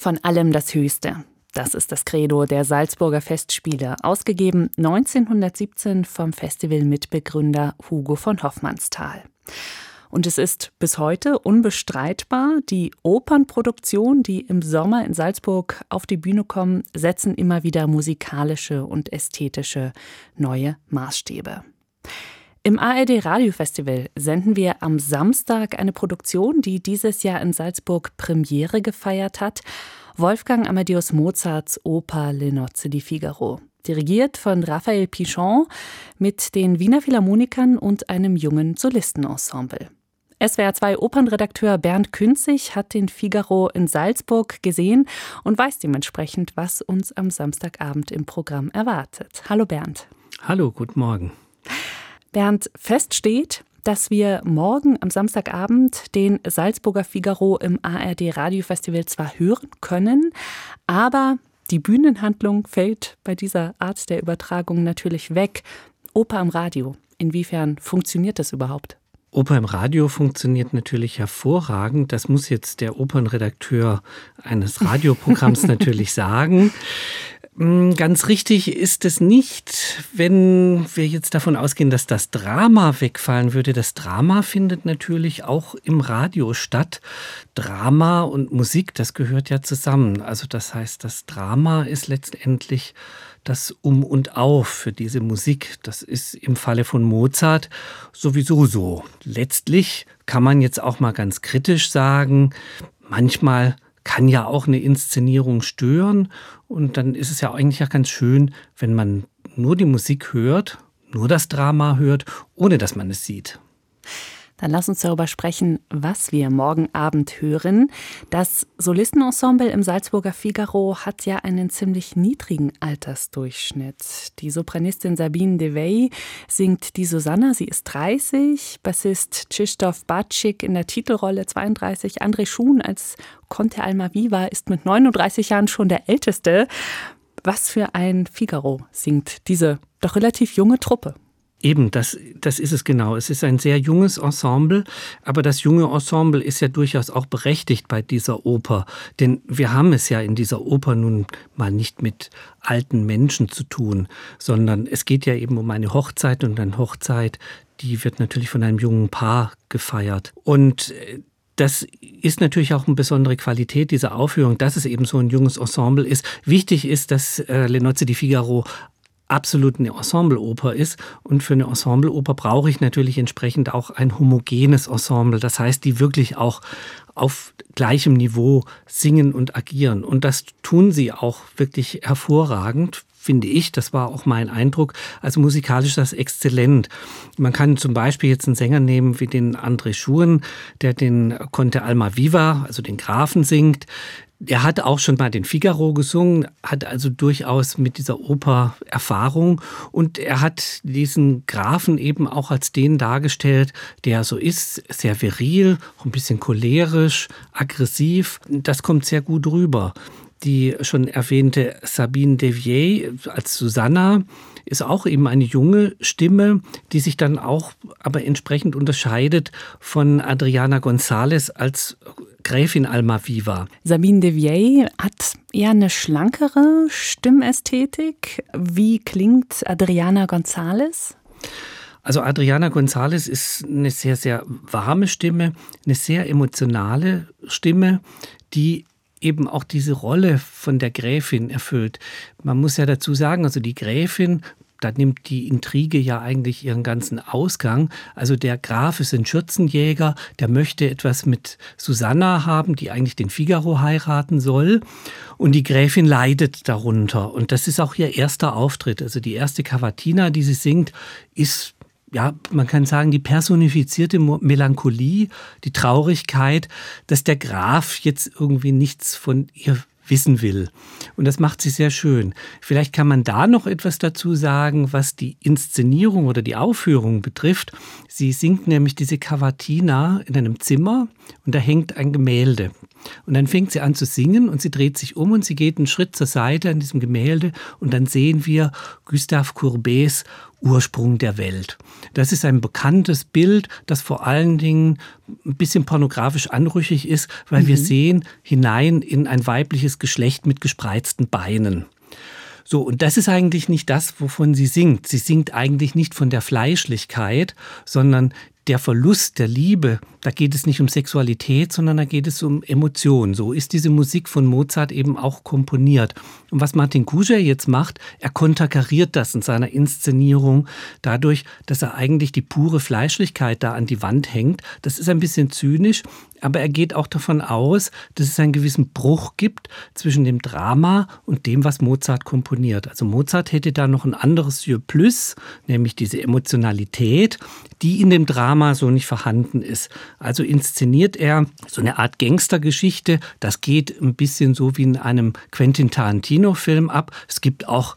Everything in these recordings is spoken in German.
Von allem das Höchste. Das ist das Credo der Salzburger Festspiele, ausgegeben 1917 vom Festival-Mitbegründer Hugo von Hofmannsthal. Und es ist bis heute unbestreitbar, die Opernproduktionen, die im Sommer in Salzburg auf die Bühne kommen, setzen immer wieder musikalische und ästhetische neue Maßstäbe. Im ARD Radiofestival senden wir am Samstag eine Produktion, die dieses Jahr in Salzburg Premiere gefeiert hat. Wolfgang Amadeus Mozarts Oper Le Nozze di Figaro. Dirigiert von Raphael Pichon mit den Wiener Philharmonikern und einem jungen Solistenensemble. SWR2 Opernredakteur Bernd Künzig hat den Figaro in Salzburg gesehen und weiß dementsprechend, was uns am Samstagabend im Programm erwartet. Hallo Bernd. Hallo, guten Morgen. Bernd, fest steht, dass wir morgen am Samstagabend den Salzburger Figaro im ARD Radiofestival zwar hören können, aber die Bühnenhandlung fällt bei dieser Art der Übertragung natürlich weg. Oper im Radio, inwiefern funktioniert das überhaupt? Oper im Radio funktioniert natürlich hervorragend. Das muss jetzt der Opernredakteur eines Radioprogramms natürlich sagen. Ganz richtig ist es nicht, wenn wir jetzt davon ausgehen, dass das Drama wegfallen würde. Das Drama findet natürlich auch im Radio statt. Drama und Musik, das gehört ja zusammen. Also das heißt, das Drama ist letztendlich das Um und Auf für diese Musik. Das ist im Falle von Mozart sowieso so. Letztlich kann man jetzt auch mal ganz kritisch sagen, manchmal kann ja auch eine Inszenierung stören und dann ist es ja eigentlich auch ganz schön, wenn man nur die Musik hört, nur das Drama hört, ohne dass man es sieht. Dann lass uns darüber sprechen, was wir morgen Abend hören. Das Solistenensemble im Salzburger Figaro hat ja einen ziemlich niedrigen Altersdurchschnitt. Die Sopranistin Sabine Devey singt die Susanna, sie ist 30, Bassist Krzysztof Bacik in der Titelrolle 32, André Schuhn als Conte Almaviva ist mit 39 Jahren schon der Älteste. Was für ein Figaro singt diese doch relativ junge Truppe? Eben, das ist es genau. Es ist ein sehr junges Ensemble, aber das junge Ensemble ist ja durchaus auch berechtigt bei dieser Oper. Denn wir haben es ja in dieser Oper nun mal nicht mit alten Menschen zu tun, sondern es geht ja eben um eine Hochzeit und eine Hochzeit, die wird natürlich von einem jungen Paar gefeiert. Und das ist natürlich auch eine besondere Qualität dieser Aufführung, dass es eben so ein junges Ensemble ist. Wichtig ist, dass Le Nozze di Figaro absolut eine Ensembleoper ist. Und für eine Ensembleoper brauche ich natürlich entsprechend auch ein homogenes Ensemble. Das heißt, die wirklich auch auf gleichem Niveau singen und agieren. Und das tun sie auch wirklich hervorragend, finde ich. Das war auch mein Eindruck. Also musikalisch ist das exzellent. Man kann zum Beispiel jetzt einen Sänger nehmen wie den André Schuhn, der den Conte Almaviva, also den Grafen, singt. Er hat auch schon mal den Figaro gesungen, hat also durchaus mit dieser Oper Erfahrung und er hat diesen Grafen eben auch als den dargestellt, der so ist, sehr viril, ein bisschen cholerisch, aggressiv. Das kommt sehr gut rüber. Die schon erwähnte Sabine Devey als Susanna ist auch eben eine junge Stimme, die sich dann auch aber entsprechend unterscheidet von Adriana González als Gräfin Almaviva. Sabine Devey hat eher eine schlankere Stimmästhetik. Wie klingt Adriana González? Also Adriana González ist eine sehr, sehr warme Stimme, eine sehr emotionale Stimme, die eben auch diese Rolle von der Gräfin erfüllt. Man muss ja dazu sagen, also die Gräfin, da nimmt die Intrige ja eigentlich ihren ganzen Ausgang. Also der Graf ist ein Schürzenjäger, der möchte etwas mit Susanna haben, die eigentlich den Figaro heiraten soll. Und die Gräfin leidet darunter. Und das ist auch ihr erster Auftritt. Also die erste Cavatina, die sie singt, ist, ja, man kann sagen, die personifizierte Melancholie, die Traurigkeit, dass der Graf jetzt irgendwie nichts von ihr wissen will. Und das macht sie sehr schön. Vielleicht kann man da noch etwas dazu sagen, was die Inszenierung oder die Aufführung betrifft. Sie singt nämlich diese Cavatina in einem Zimmer und da hängt ein Gemälde. Und dann fängt sie an zu singen und sie dreht sich um und sie geht einen Schritt zur Seite an diesem Gemälde und dann sehen wir Gustave Courbets Ursprung der Welt. Das ist ein bekanntes Bild, das vor allen Dingen ein bisschen pornografisch anrüchig ist, weil wir sehen hinein in ein weibliches Geschlecht mit gespreizten Beinen. So, und das ist eigentlich nicht das, wovon sie singt. Sie singt eigentlich nicht von der Fleischlichkeit, sondern der Verlust der Liebe. Da geht es nicht um Sexualität, sondern da geht es um Emotionen. So ist diese Musik von Mozart eben auch komponiert. Und was Martin Kuger jetzt macht, er konterkariert das in seiner Inszenierung dadurch, dass er eigentlich die pure Fleischlichkeit da an die Wand hängt. Das ist ein bisschen zynisch, aber er geht auch davon aus, dass es einen gewissen Bruch gibt zwischen dem Drama und dem, was Mozart komponiert. Also Mozart hätte da noch ein anderes Surplus, nämlich diese Emotionalität, die in dem Drama so nicht vorhanden ist. Also inszeniert er so eine Art Gangstergeschichte. Das geht ein bisschen so wie in einem Quentin Tarantino-Film ab. Es gibt auch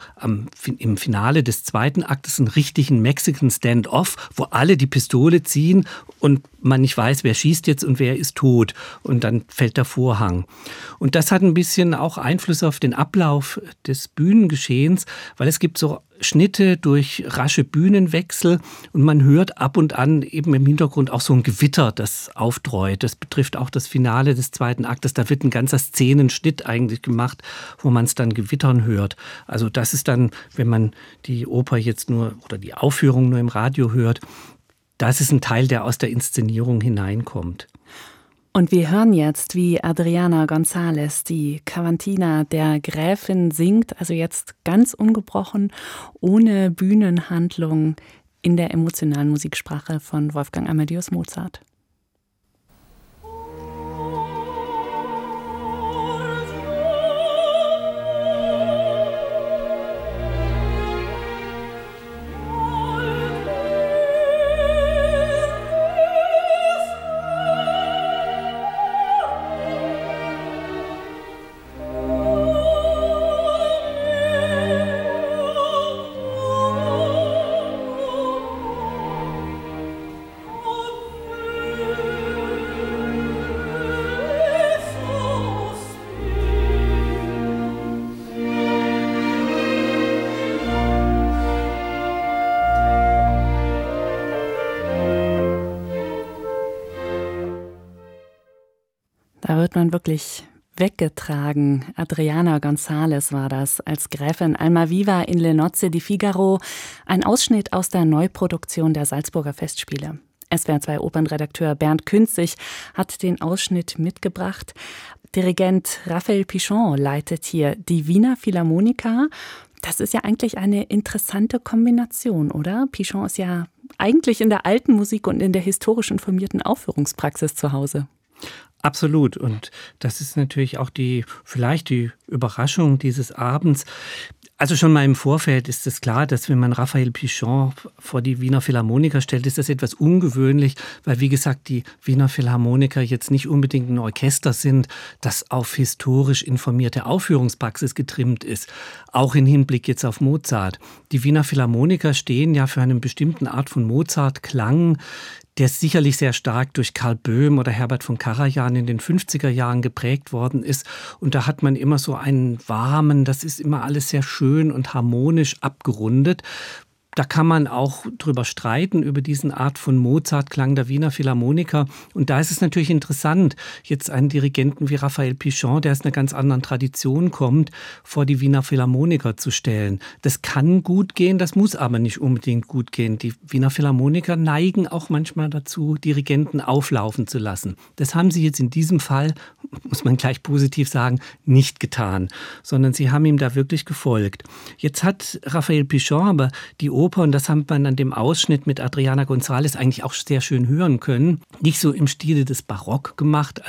im Finale des zweiten Aktes einen richtigen Mexican Stand-off, wo alle die Pistole ziehen und man nicht weiß, wer schießt jetzt und wer ist tot. Und dann fällt der Vorhang. Und das hat ein bisschen auch Einfluss auf den Ablauf des Bühnengeschehens, weil es gibt so Schnitte durch rasche Bühnenwechsel und man hört ab und an eben im Hintergrund auch so ein Gewitter, das auftreut. Das betrifft auch das Finale des zweiten Aktes. Da wird ein ganzer Szenenschnitt eigentlich gemacht, wo man es dann gewittern hört. Also das ist dann, wenn man die Oper jetzt nur oder die Aufführung nur im Radio hört, das ist ein Teil, der aus der Inszenierung hineinkommt. Und wir hören jetzt, wie Adriana González die Cavatina der Gräfin singt, also jetzt ganz ungebrochen, ohne Bühnenhandlung in der emotionalen Musiksprache von Wolfgang Amadeus Mozart. Da wird man wirklich weggetragen. Adriana González war das als Gräfin Almaviva in Le Nozze di Figaro. Ein Ausschnitt aus der Neuproduktion der Salzburger Festspiele. SWR2 Opernredakteur Bernd Künzig hat den Ausschnitt mitgebracht. Dirigent Raphael Pichon leitet hier die Wiener Philharmoniker. Das ist ja eigentlich eine interessante Kombination, oder? Pichon ist ja eigentlich in der alten Musik und in der historisch informierten Aufführungspraxis zu Hause. Absolut. Und das ist natürlich auch vielleicht die Überraschung dieses Abends. Also schon mal im Vorfeld ist es klar, dass wenn man Raphael Pichon vor die Wiener Philharmoniker stellt, ist das etwas ungewöhnlich, weil wie gesagt die Wiener Philharmoniker jetzt nicht unbedingt ein Orchester sind, das auf historisch informierte Aufführungspraxis getrimmt ist, auch im Hinblick jetzt auf Mozart. Die Wiener Philharmoniker stehen ja für eine bestimmte Art von Mozart-Klang, der sicherlich sehr stark durch Karl Böhm oder Herbert von Karajan in den 50er Jahren geprägt worden ist. Und da hat man immer so einen warmen, das ist immer alles sehr schön und harmonisch abgerundet. Da kann man auch drüber streiten, über diesen Art von Mozart-Klang der Wiener Philharmoniker. Und da ist es natürlich interessant, jetzt einen Dirigenten wie Raphael Pichon, der aus einer ganz anderen Tradition kommt, vor die Wiener Philharmoniker zu stellen. Das kann gut gehen, das muss aber nicht unbedingt gut gehen. Die Wiener Philharmoniker neigen auch manchmal dazu, Dirigenten auflaufen zu lassen. Das haben sie jetzt in diesem Fall, muss man gleich positiv sagen, nicht getan, sondern sie haben ihm da wirklich gefolgt. Jetzt hat Raphael Pichon aber die Oper, und das hat man an dem Ausschnitt mit Adriana González eigentlich auch sehr schön hören können, nicht so im Stile des Barock gemacht, also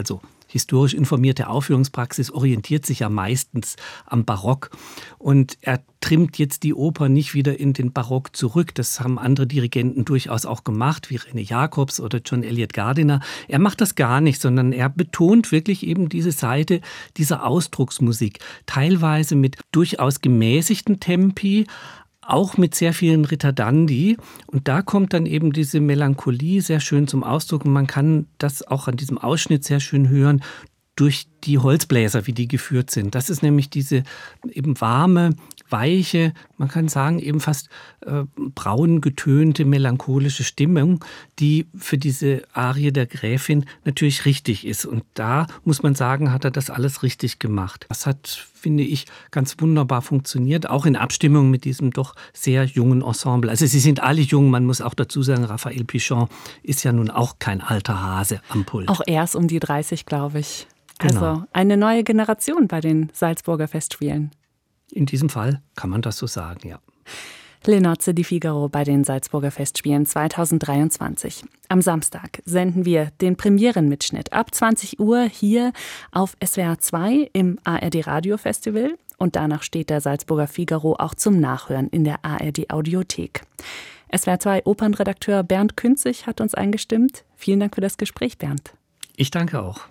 historisch informierte Aufführungspraxis orientiert sich ja meistens am Barock. Und er trimmt jetzt die Oper nicht wieder in den Barock zurück. Das haben andere Dirigenten durchaus auch gemacht, wie René Jacobs oder John Eliot Gardiner. Er macht das gar nicht, sondern er betont wirklich eben diese Seite dieser Ausdrucksmusik. Teilweise mit durchaus gemäßigten Tempi, auch mit sehr vielen Ritardandi. Und da kommt dann eben diese Melancholie sehr schön zum Ausdruck. Und man kann das auch an diesem Ausschnitt sehr schön hören durch die Holzbläser, wie die geführt sind. Das ist nämlich diese eben warme, weiche, man kann sagen eben fast braun getönte, melancholische Stimmung, die für diese Arie der Gräfin natürlich richtig ist. Und da muss man sagen, hat er das alles richtig gemacht. Das hat, finde ich, ganz wunderbar funktioniert, auch in Abstimmung mit diesem doch sehr jungen Ensemble. Also sie sind alle jung, man muss auch dazu sagen, Raphael Pichon ist ja nun auch kein alter Hase am Pult. Auch er ist um die 30, glaube ich. Genau. Also eine neue Generation bei den Salzburger Festspielen. In diesem Fall kann man das so sagen, ja. Le Nozze di Figaro bei den Salzburger Festspielen 2023. Am Samstag senden wir den Premierenmitschnitt ab 20 Uhr hier auf SWR 2 im ARD Radio Festival. Und danach steht der Salzburger Figaro auch zum Nachhören in der ARD Audiothek. SWR 2 Opernredakteur Bernd Künzig hat uns eingestimmt. Vielen Dank für das Gespräch, Bernd. Ich danke auch.